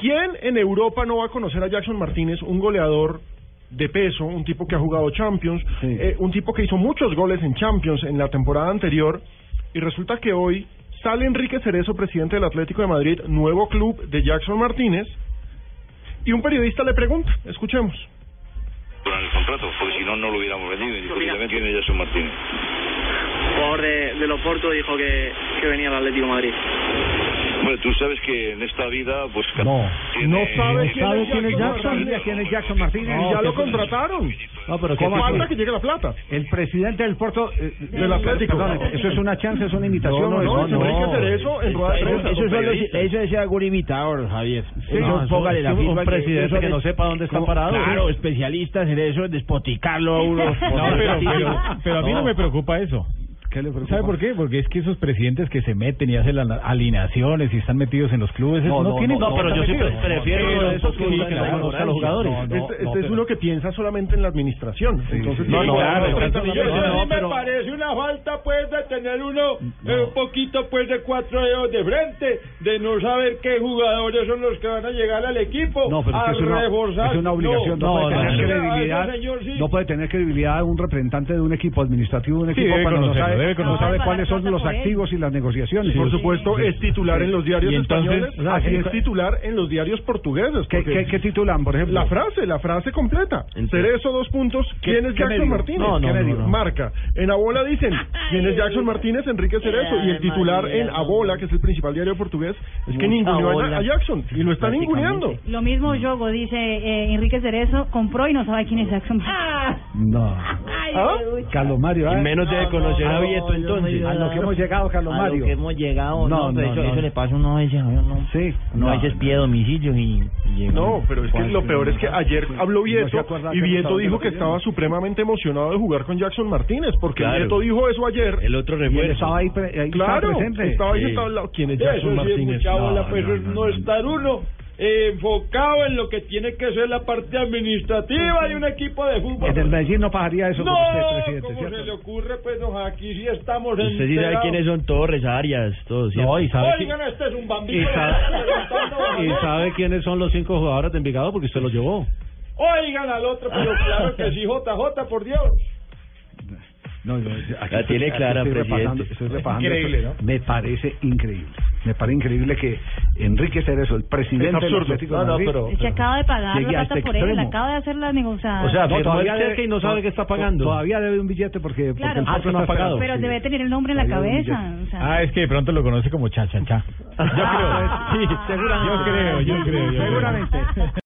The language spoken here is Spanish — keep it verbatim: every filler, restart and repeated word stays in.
¿Quién en Europa no va a conocer a Jackson Martínez, un goleador de peso, un tipo que ha jugado Champions, sí. eh, un tipo que hizo muchos goles en Champions en la temporada anterior, y resulta que hoy sale Enrique Cerezo, presidente del Atlético de Madrid, nuevo club de Jackson Martínez, y un periodista le pregunta, escuchemos. Con el contrato, porque si no, no lo hubiéramos vendido, indiscutiblemente tiene Jackson Martínez. El jugador de, de Loporto dijo que, que venía al Atlético de Madrid. Bueno, tú sabes que en esta vida, pues... No, tiene, no sabes quién, sabe es quién es Jackson, Martínez. quién es Jackson Martínez. No, ya lo contrataron. No, pero ¿Cómo falta que llegue la plata? El presidente del Porto, eh, del Atlético. Perdón, ¿eso es una chance, es una imitación? No, no, no, no, es Enrique Cerezo en rueda de prensa. Eso, eso, eso, eso es algún imitador, Javier. Sí, eso, no, póngale la firma. Un presidente que, que no sepa dónde está como, parado. Claro, especialistas en eso, despoticarlo a uno. No, pero, pero, pero a mí no me preocupa eso. ¿Qué le preocupa? ¿Sabe por qué? Porque es que esos presidentes que se meten y hacen las alineaciones y están metidos en los clubes, no, no, no tienen... No, pero yo sí prefiero no, esos que buscan a los jugadores. No, no, este este es uno que piensa solamente en la administración. Sí, Entonces, sí, no, no, claro, no, treinta no, millones. no, no, A mí me pero... parece una falta, pues, de tener uno no. eh, un poquito, pues, de cuatro dedos de frente, de no saber qué jugadores son los que van a llegar al equipo, No, pero es a que es una, reforzar. es una obligación. No, No, no, puede no, tener no, credibilidad. no, señor, sí. No puede tener credibilidad un representante de un equipo administrativo de un Sí, equipo debe cuando no conocerlo, sabe, debe no conocerlo. sabe cuáles son los activos y las negociaciones. Por supuesto, es titular en los diarios Y entonces, españoles, así es titular en los diarios portugueses. ¿Qué, qué, ¿Qué titulan, por ejemplo? La frase, la frase completa. Cerezo, dos puntos. ¿Quién es Jackson Martínez? No, no, ¿Qué no, no. Marca. En Abola dicen, ¿quién es Jackson Martínez? Enrique Cerezo. Y el titular en Abola, que es el principal diario portugués, es que ninguneó a, a Jackson. Y lo están ninguneando. Lo mismo Yogo dice, eh, Enrique Cerezo compró y no sabe quién es Jackson Martínez. No. ¿Ah? Carlos Mario, ¿eh? Y menos debe conocer a Vieto, no, entonces. a lo que hemos llegado, Carlos A Mario. lo que hemos llegado, No, no, no, pero eso, no. eso le pasa a uno a veces, no. Sí. Uno a veces no, pide domicilio y, y llega. No, pero es que lo peor es que ayer habló No se Vieto acuerda y que Vieto estaba dijo que pidiendo. estaba supremamente emocionado de jugar con Jackson Martínez, porque Claro. Vieto dijo eso ayer. El otro Y él refuerzo. estaba ahí, pre- ahí estaba Claro, presente. estaba ahí Sí. sentado al lado. ¿Quién es Eso Jackson sí es Martínez? mucha bola, No, pues no, no, no, no no. estar uno eh, enfocado en lo que tiene que ser la parte administrativa de un equipo de fútbol. En el Medellín no pasaría eso No, con usted, presidente, ¿cómo ¿cierto? se le ocurre? Pues no, aquí sí estamos Usted sí sabe enterados. quiénes son Torres, Arias, todos, ¿cierto? No, y sabe, Oigan, este es un bambino. y le sabe- está preguntando, y sabe quiénes son los cinco jugadores de Envigado porque usted los llevó. Oigan al otro, pero claro que sí, J J, por Dios. No, yo, aquí La tiene estoy- clara, estoy presidente. repasando, estoy repasando Increíble, esto. ¿no? Me parece increíble. Me parece increíble que Enrique Cerezo, el presidente Es del absurdo. Atlético No, de no, Madrid, pero- Es que acaba de pagar Llegué la a plata este por él, extremo. acaba de hacer la negociación. O sea, No, firmó todavía el debe- cheque y no sabe qué está pagando. Todavía debe un billete porque, porque Claro, el Porto ah, no ha está pagado. esperando. pero Sí. debe tener el nombre en la Todavía debe un cabeza. billete. O sea, Ah, es que de pronto lo conoce como cha cha cha. Yo creo, sí, seguramente. Yo creo, yo creo. Seguramente.